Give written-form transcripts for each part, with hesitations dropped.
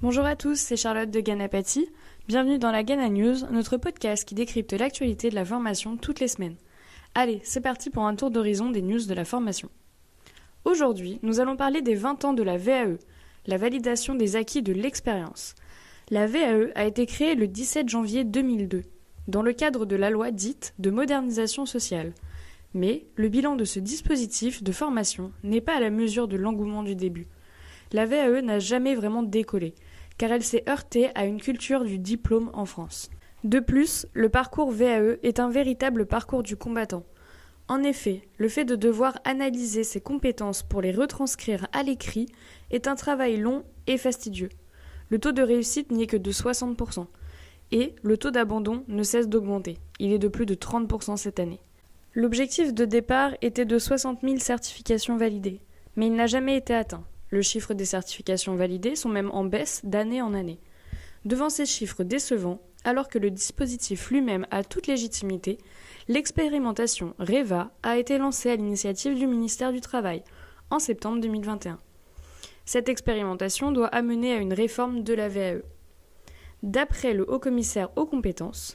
Bonjour à tous, c'est Charlotte de Ganapati. Bienvenue dans la Gana News, notre podcast qui décrypte l'actualité de la formation toutes les semaines. Allez, c'est parti pour un tour d'horizon des news de la formation. Aujourd'hui, nous allons parler des 20 ans de la VAE, la validation des acquis de l'expérience. La VAE a été créée le 17 janvier 2002, dans le cadre de la loi dite de modernisation sociale. Mais le bilan de ce dispositif de formation n'est pas à la mesure de l'engouement du début. La VAE n'a jamais vraiment décollé, car elle s'est heurtée à une culture du diplôme en France. De plus, le parcours VAE est un véritable parcours du combattant. En effet, le fait de devoir analyser ses compétences pour les retranscrire à l'écrit est un travail long et fastidieux. Le taux de réussite n'y est que de 60%. Et le taux d'abandon ne cesse d'augmenter. Il est de plus de 30% cette année. L'objectif de départ était de 60 000 certifications validées, mais il n'a jamais été atteint. Le chiffre des certifications validées sont même en baisse d'année en année. Devant ces chiffres décevants, alors que le dispositif lui-même a toute légitimité, l'expérimentation REVA a été lancée à l'initiative du ministère du Travail en septembre 2021. Cette expérimentation doit amener à une réforme de la VAE. D'après le haut-commissaire aux compétences,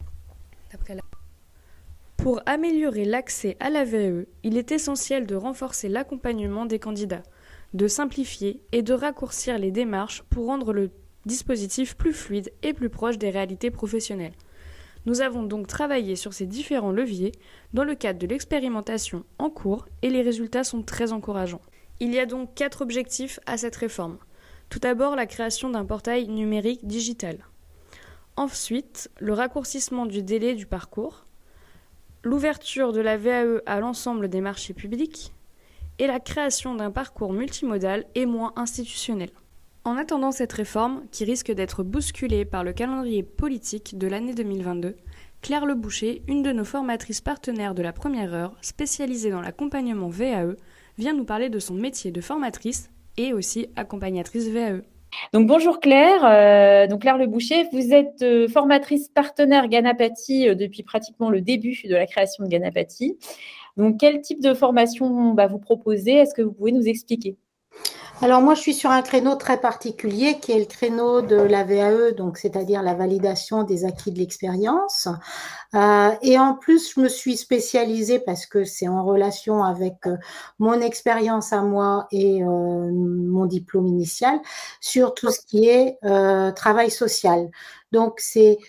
pour améliorer l'accès à la VAE, il est essentiel de renforcer l'accompagnement des candidats, de simplifier et de raccourcir les démarches pour rendre le dispositif plus fluide et plus proche des réalités professionnelles. Nous avons donc travaillé sur ces différents leviers dans le cadre de l'expérimentation en cours et les résultats sont très encourageants. Il y a donc 4 objectifs à cette réforme. Tout d'abord, la création d'un portail numérique digital. Ensuite, le raccourcissement du délai du parcours, l'ouverture de la VAE à l'ensemble des marchés publics et la création d'un parcours multimodal et moins institutionnel. En attendant cette réforme, qui risque d'être bousculée par le calendrier politique de l'année 2022, Claire Leboucher, une de nos formatrices partenaires de la première heure, spécialisée dans l'accompagnement VAE, vient nous parler de son métier de formatrice et aussi accompagnatrice VAE. Donc bonjour Claire, Claire Leboucher, vous êtes formatrice partenaire Ganapati depuis pratiquement le début de la création de Ganapati. Donc quel type de formation vous proposez? Est-ce que vous pouvez nous expliquer? Alors moi, je suis sur un créneau très particulier qui est le créneau de la VAE, donc c'est-à-dire la validation des acquis de l'expérience. Et en plus, je me suis spécialisée parce que c'est en relation avec mon expérience à moi et mon diplôme initial sur tout ce qui est travail social. Donc c'est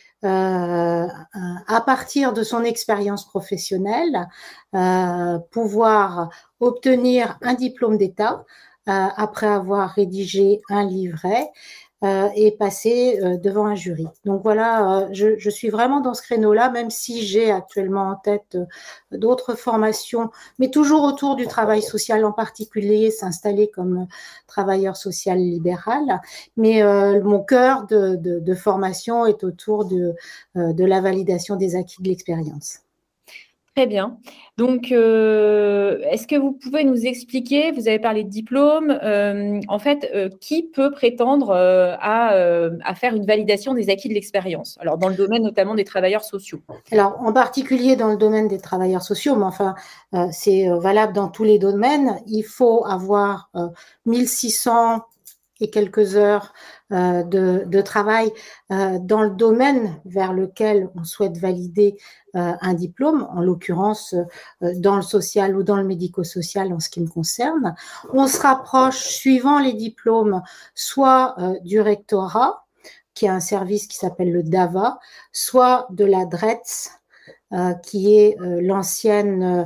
à partir de son expérience professionnelle, pouvoir obtenir un diplôme d'État après avoir rédigé un livret et passé devant un jury. Donc voilà, je suis vraiment dans ce créneau-là, même si j'ai actuellement en tête d'autres formations, mais toujours autour du travail social, en particulier s'installer comme travailleur social libéral. Mais mon cœur de formation est autour de la validation des acquis de l'expérience. Très bien. Donc, est-ce que vous pouvez nous expliquer, vous avez parlé de diplôme, qui peut prétendre à faire une validation des acquis de l'expérience? Alors, dans le domaine notamment des travailleurs sociaux. Alors, en particulier dans le domaine des travailleurs sociaux, mais enfin, c'est valable dans tous les domaines. Il faut avoir 1600 et quelques heures de travail dans le domaine vers lequel on souhaite valider un diplôme, en l'occurrence dans le social ou dans le médico-social en ce qui me concerne. On se rapproche, suivant les diplômes, soit du rectorat, qui est un service qui s'appelle le DAVA, soit de la DRETS, qui est l'ancien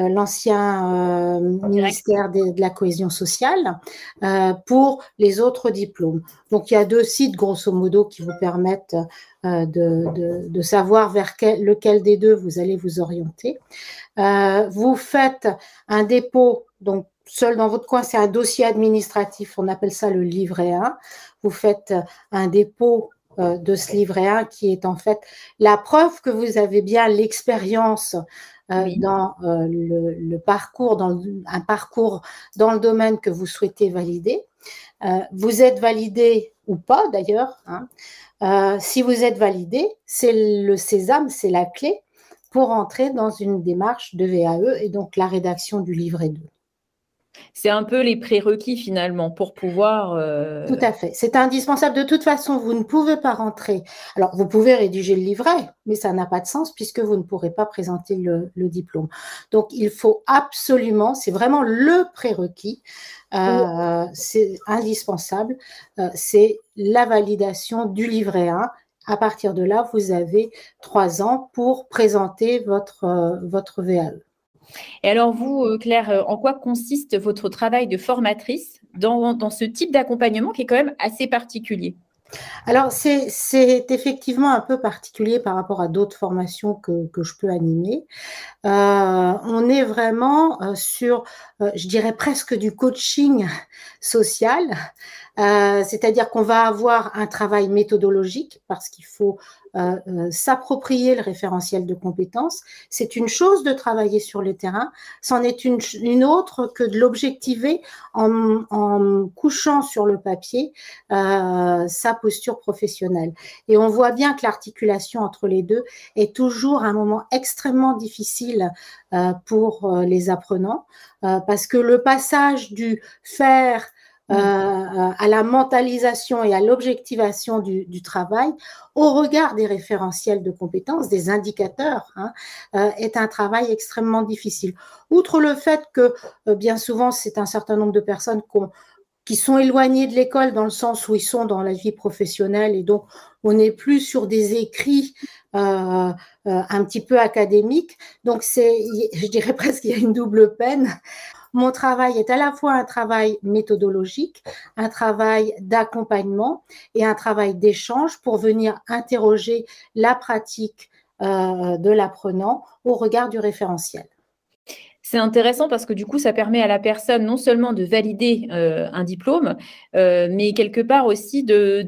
ministère de la cohésion sociale, pour les autres diplômes. Donc, il y a 2 sites, grosso modo, qui vous permettent de savoir vers lequel des 2 vous allez vous orienter. Vous faites un dépôt, donc seul dans votre coin, c'est un dossier administratif, on appelle ça le livret 1. Vous faites un dépôt de ce livret 1 qui est en fait la preuve que vous avez bien l'expérience dans le parcours, un parcours dans le domaine que vous souhaitez valider. Vous êtes validé ou pas d'ailleurs. Si vous êtes validé, c'est le sésame, c'est la clé pour entrer dans une démarche de VAE et donc la rédaction du livret 2. C'est un peu les prérequis finalement pour pouvoir… Tout à fait. C'est indispensable. De toute façon, vous ne pouvez pas rentrer. Alors, vous pouvez rédiger le livret, mais ça n'a pas de sens puisque vous ne pourrez pas présenter le diplôme. Donc, il faut absolument, c'est vraiment le prérequis, c'est indispensable, c'est la validation du livret A. À partir de là, vous avez 3 ans pour présenter votre VAE. Et alors vous, Claire, en quoi consiste votre travail de formatrice dans ce type d'accompagnement qui est quand même assez particulier? Alors, c'est effectivement un peu particulier par rapport à d'autres formations que je peux animer. On est vraiment sur, je dirais presque du coaching social, c'est-à-dire qu'on va avoir un travail méthodologique parce qu'il faut s'approprier le référentiel de compétences. C'est une chose de travailler sur le terrain, c'en est une autre que de l'objectiver en couchant sur le papier sa posture professionnelle. Et on voit bien que l'articulation entre les deux est toujours un moment extrêmement difficile pour les apprenants, parce que le passage du faire à la mentalisation et à l'objectivation du travail, au regard des référentiels de compétences, des indicateurs, est un travail extrêmement difficile. Outre le fait que bien souvent, c'est un certain nombre de personnes qui sont éloignées de l'école dans le sens où ils sont dans la vie professionnelle et donc on n'est plus sur des écrits un petit peu académiques. Donc je dirais presque qu'il y a une double peine. Mon travail est à la fois un travail méthodologique, un travail d'accompagnement et un travail d'échange pour venir interroger la pratique de l'apprenant au regard du référentiel. C'est intéressant parce que du coup, ça permet à la personne non seulement de valider un diplôme, mais quelque part aussi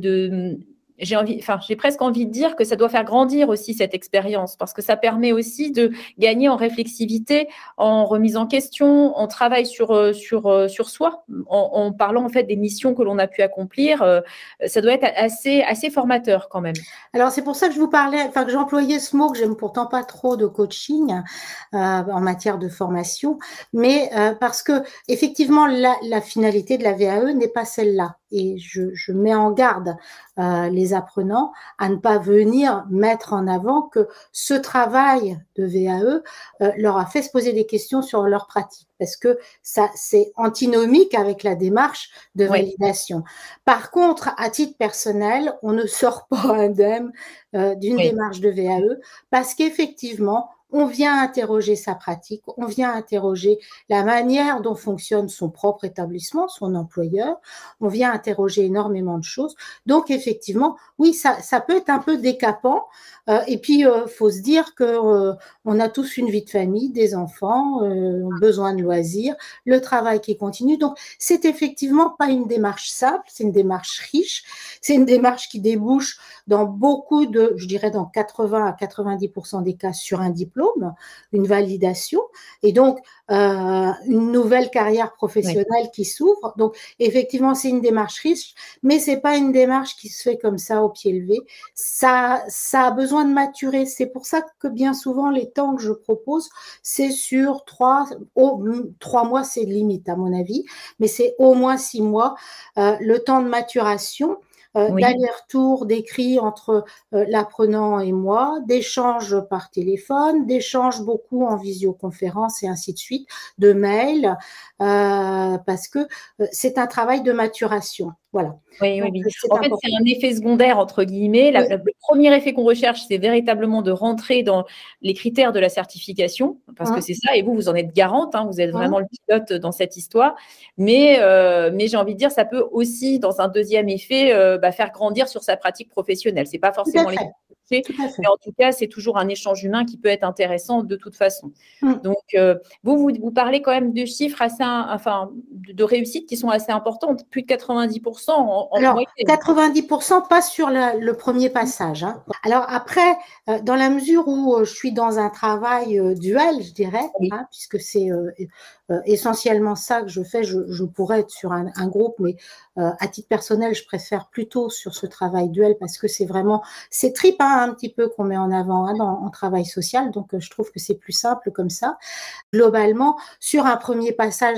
j'ai presque envie de dire que ça doit faire grandir aussi cette expérience parce que ça permet aussi de gagner en réflexivité, en remise en question, en travail sur soi, en parlant en fait des missions que l'on a pu accomplir. Ça doit être assez formateur quand même. Alors, c'est pour ça que je vous parlais, enfin, que j'employais ce mot que j'aime pourtant pas trop de coaching en matière de formation, mais parce que effectivement, la finalité de la VAE n'est pas celle-là. Et je mets en garde les apprenants à ne pas venir mettre en avant que ce travail de VAE leur a fait se poser des questions sur leur pratique, parce que ça, c'est antinomique avec la démarche de validation. Par contre, à titre personnel, on ne sort pas indemne d'une démarche de VAE parce qu'effectivement, on vient interroger sa pratique, on vient interroger la manière dont fonctionne son propre établissement, son employeur, on vient interroger énormément de choses. Donc, effectivement, oui, ça peut être un peu décapant. Et puis, faut se dire que on a tous une vie de famille, des enfants, besoin de loisirs, le travail qui continue. Donc, c'est effectivement pas une démarche simple, c'est une démarche riche, c'est une démarche qui débouche dans beaucoup de, je dirais dans 80 à 90% des cas sur un diplôme, une validation, et donc une nouvelle carrière professionnelle qui s'ouvre. Donc, effectivement, c'est une démarche riche, mais c'est pas une démarche qui se fait comme ça au pied levé. Ça a besoin de maturer. C'est pour ça que bien souvent, les temps que je propose, c'est sur 3 mois, c'est limite à mon avis, mais c'est au moins 6 mois, le temps de maturation. D'aller-retour, d'écrit entre l'apprenant et moi, d'échanges par téléphone, d'échanges beaucoup en visioconférence et ainsi de suite, de mails, parce que c'est un travail de maturation. Voilà. Oui. En fait, c'est un effet secondaire, entre guillemets. Le premier effet qu'on recherche, c'est véritablement de rentrer dans les critères de la certification, parce que c'est ça, et vous en êtes garante, vous êtes vraiment le pilote dans cette histoire. Mais j'ai envie de dire, ça peut aussi, dans un deuxième effet, faire grandir sur sa pratique professionnelle. Ce n'est pas forcément les mais en tout cas, c'est toujours un échange humain qui peut être intéressant de toute façon. Donc, vous parlez quand même de chiffres de réussite qui sont assez importantes, plus de 90% Alors, moyenne. 90% pas sur le premier passage. Alors après, dans la mesure où je suis dans un travail duel, je dirais, puisque c'est essentiellement ça que je fais, je pourrais être sur un groupe, mais à titre personnel, je préfère plutôt sur ce travail duel parce que c'est trip un petit peu qu'on met en avant en travail social, donc je trouve que c'est plus simple comme ça. Globalement, sur un premier passage,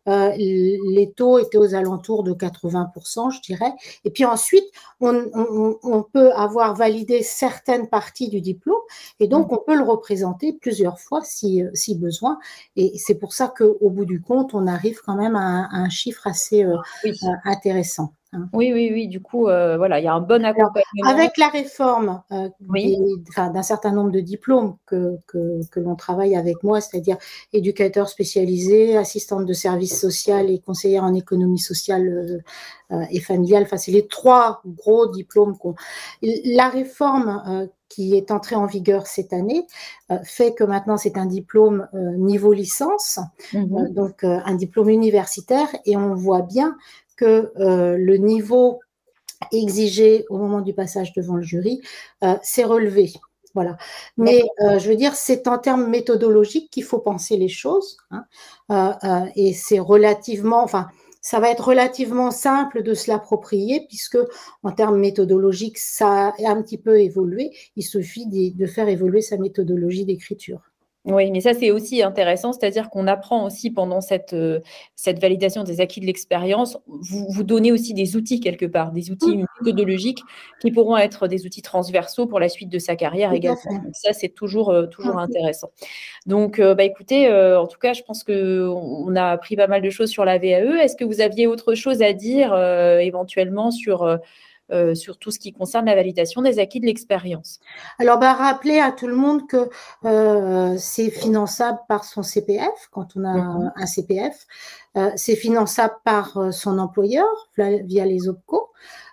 les taux étaient aux alentours de 80%, je dirais. Et puis ensuite, on peut avoir validé certaines parties du diplôme et donc on peut le représenter plusieurs fois si besoin. Et c'est pour ça qu'au bout du compte, on arrive quand même à un chiffre assez intéressant. Oui. Du coup, voilà, il y a un bon accompagnement. Alors, avec la réforme d'un certain nombre de diplômes que l'on travaille avec moi, c'est-à-dire éducateur spécialisé, assistante de service social et conseillère en économie sociale et familiale. Enfin, c'est les 3 gros diplômes La réforme qui est entrée en vigueur cette année fait que maintenant c'est un diplôme niveau licence, donc un diplôme universitaire, et on voit bien que le niveau exigé au moment du passage devant le jury s'est relevé. Voilà. Mais je veux dire, c'est en termes méthodologiques qu'il faut penser les choses. Et c'est ça va être relativement simple de se l'approprier puisque en termes méthodologiques, ça a un petit peu évolué. Il suffit de faire évoluer sa méthodologie d'écriture. Oui, mais ça, c'est aussi intéressant, c'est-à-dire qu'on apprend aussi pendant cette validation des acquis de l'expérience, vous donnez aussi des outils quelque part, des outils méthodologiques qui pourront être des outils transversaux pour la suite de sa carrière également. Donc ça, c'est toujours intéressant. Donc, écoutez, en tout cas, je pense qu'on a appris pas mal de choses sur la VAE. Est-ce que vous aviez autre chose à dire éventuellement sur tout ce qui concerne la validation des acquis de l'expérience? Alors, rappeler à tout le monde que c'est finançable par son CPF, quand on a un CPF. C'est finançable par son employeur via les OPCO.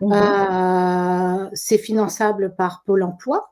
C'est finançable par Pôle emploi.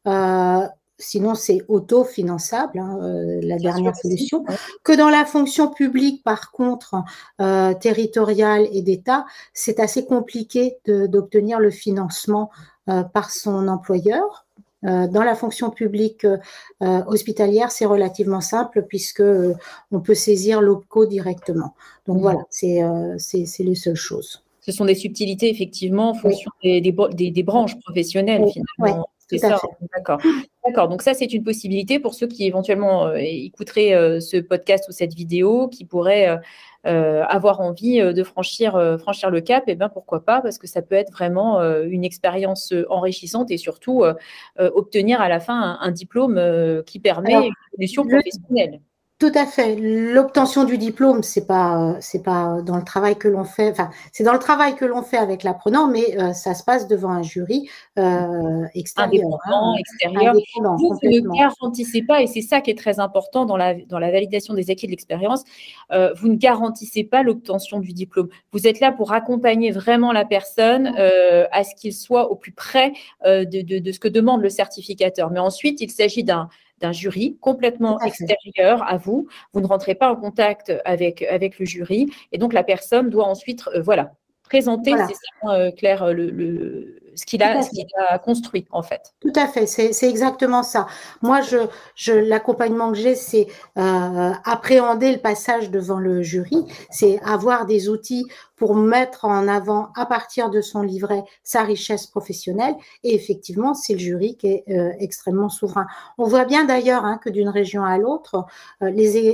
Sinon, c'est autofinançable, la dernière solution. Que dans la fonction publique, par contre, territoriale et d'État, c'est assez compliqué d'obtenir le financement par son employeur. Dans la fonction publique hospitalière, c'est relativement simple puisque on peut saisir l'OPCO directement. Donc voilà, c'est les seules choses. Ce sont des subtilités, effectivement, en fonction des branches professionnelles, finalement. C'est ça, d'accord. Donc ça, c'est une possibilité pour ceux qui éventuellement écouteraient ce podcast ou cette vidéo, qui pourraient avoir envie de franchir le cap. Et bien, pourquoi pas, parce que ça peut être vraiment une expérience enrichissante et surtout obtenir à la fin un diplôme qui permet une évolution professionnelle. Tout à fait. L'obtention du diplôme, c'est pas dans le travail que l'on fait. Enfin, c'est dans le travail que l'on fait avec l'apprenant, mais ça se passe devant un jury extérieur, extérieur. Vous ne garantissez pas, et c'est ça qui est très important dans la validation des acquis de l'expérience. Vous ne garantissez pas l'obtention du diplôme. Vous êtes là pour accompagner vraiment la personne à ce qu'il soit au plus près de ce que demande le certificateur. Mais ensuite, il s'agit d'un jury complètement extérieur à vous. Vous ne rentrez pas en contact avec le jury. Et donc, la personne doit ensuite présenter, c'est ça, Claire, ce qu'il a construit, en fait. Tout à fait, c'est exactement ça. Moi, l'accompagnement que j'ai, c'est appréhender le passage devant le jury, c'est avoir des outils pour mettre en avant, à partir de son livret, sa richesse professionnelle. Et effectivement, c'est le jury qui est extrêmement souverain. On voit bien d'ailleurs que d'une région à l'autre, alors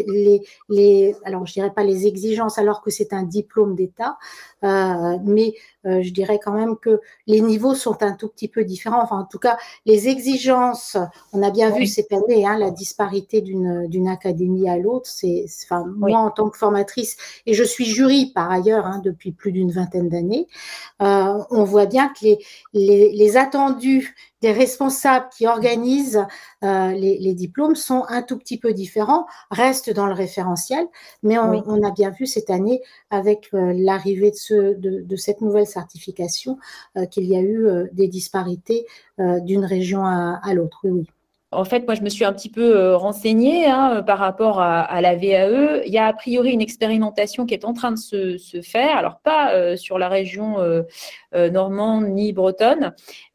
je dirais pas les exigences, alors que c'est un diplôme d'État, mais je dirais quand même que les niveaux sont un tout petit peu différents. Enfin, en tout cas, les exigences, on a bien vu cette année la disparité d'une académie à l'autre. Moi, en tant que formatrice, et je suis jury par ailleurs depuis plus d'une vingtaine d'années, on voit bien que les attendus des responsables qui organisent les diplômes sont un tout petit peu différents, restent dans le référentiel, mais on a bien vu cette année, avec l'arrivée de cette nouvelle certification, qu'il y a eu des disparités d'une région à l'autre. Oui. En fait, moi, je me suis un petit peu renseignée par rapport à la VAE. Il y a a priori une expérimentation qui est en train de se faire, alors pas sur la région normande ni bretonne,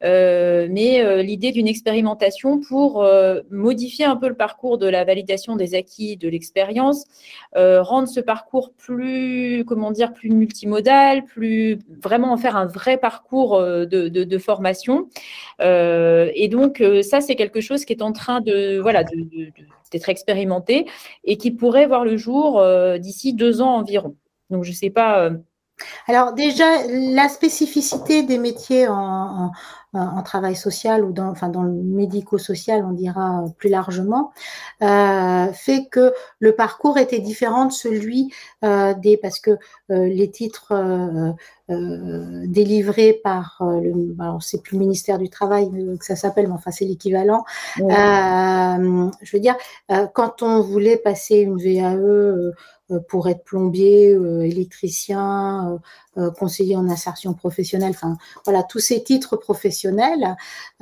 mais l'idée d'une expérimentation pour modifier un peu le parcours de la validation des acquis de l'expérience, rendre ce parcours plus multimodal, vraiment en faire un vrai parcours de formation. Et donc, ça, c'est quelque chose qui est en en train d'être expérimenté et qui pourrait voir le jour d'ici 2 ans environ. Donc, je ne sais pas. Alors déjà, la spécificité des métiers en travail social ou dans le médico-social, on dira plus largement, fait que le parcours était différent de celui parce que les titres délivrés par alors c'est plus le ministère du Travail que ça s'appelle, mais enfin c'est l'équivalent. Oui. Je veux dire, quand on voulait passer une VAE pour être plombier, électricien, conseiller en insertion professionnelle, enfin voilà, tous ces titres professionnels,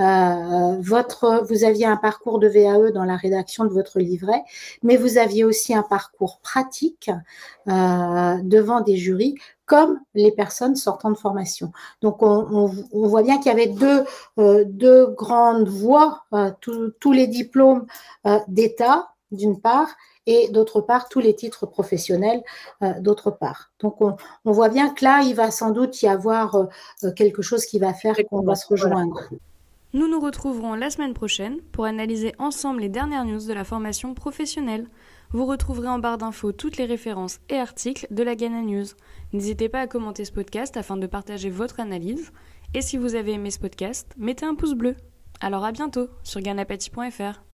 vous aviez un parcours de VAE dans la rédaction de votre livret, mais vous aviez aussi un parcours pratique devant des jurys, comme les personnes sortant de formation. Donc, on voit bien qu'il y avait deux grandes voies, tous les diplômes d'État, d'une part, et d'autre part, tous les titres professionnels, d'autre part. Donc, on voit bien que là, il va sans doute y avoir quelque chose qui va faire qu'on va se rejoindre. Nous nous retrouverons la semaine prochaine pour analyser ensemble les dernières news de la formation professionnelle. Vous retrouverez en barre d'infos toutes les références et articles de la Ghana News. N'hésitez pas à commenter ce podcast afin de partager votre analyse. Et si vous avez aimé ce podcast, mettez un pouce bleu. Alors à bientôt sur ghanapathy.fr.